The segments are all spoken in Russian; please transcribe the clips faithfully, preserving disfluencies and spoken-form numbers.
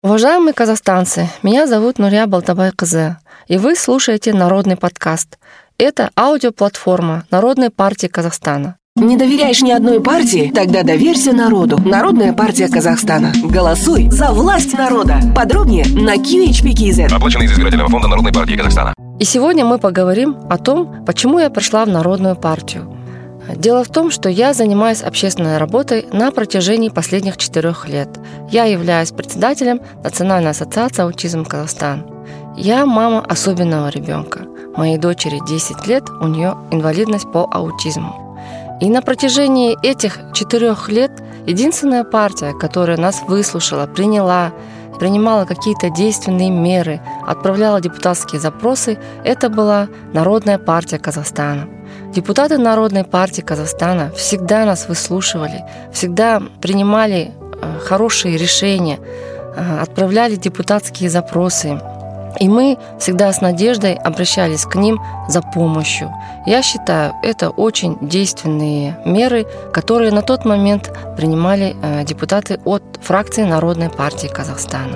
Уважаемые казахстанцы, меня зовут Нурия Балтабай-Кызы, и вы слушаете Народный подкаст. Это аудиоплатформа Народной партии Казахстана. Не доверяешь ни одной партии? Тогда доверься народу. Народная партия Казахстана. Голосуй за власть народа. Подробнее на кью эйч пи кей зет. Оплачено из избирательного фонда Народной партии Казахстана. И сегодня мы поговорим о том, почему я пришла в Народную партию. Дело в том, что я занимаюсь общественной работой на протяжении последних четырех лет. Я являюсь председателем Национальной ассоциации «Аутизм Казахстан». Я мама особенного ребенка. Моей дочери десять лет, у нее инвалидность по аутизму. И на протяжении этих четырех лет единственная партия, которая нас выслушала, приняла, принимала какие-то действенные меры, отправляла депутатские запросы, это была Народная партия Казахстана. Депутаты Народной партии Казахстана всегда нас выслушивали, всегда принимали хорошие решения, отправляли депутатские запросы. И мы всегда с надеждой обращались к ним за помощью. Я считаю, это очень действенные меры, которые на тот момент принимали депутаты от фракции Народной партии Казахстана.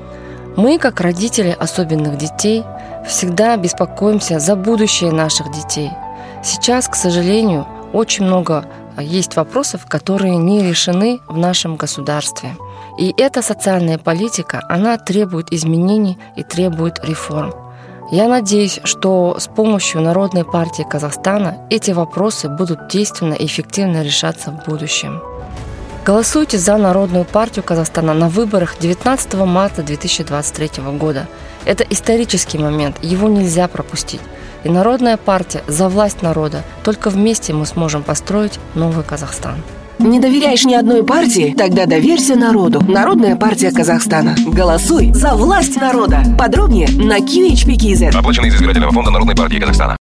Мы, как родители особенных детей, всегда беспокоимся за будущее наших детей. Сейчас, к сожалению, очень много есть вопросов, которые не решены в нашем государстве. И эта социальная политика, она требует изменений и требует реформ. Я надеюсь, что с помощью Народной партии Казахстана эти вопросы будут действенно и эффективно решаться в будущем. Голосуйте за Народную партию Казахстана на выборах девятнадцатого марта две тысячи двадцать третьего года. Это исторический момент, его нельзя пропустить. И Народная партия за власть народа. Только вместе мы сможем построить новый Казахстан. Не доверяешь ни одной партии? Тогда доверься народу. Народная партия Казахстана. Голосуй за власть народа. Подробнее на кью эйч пи кей зет. Оплачено из избирательного фонда Народной партии Казахстана.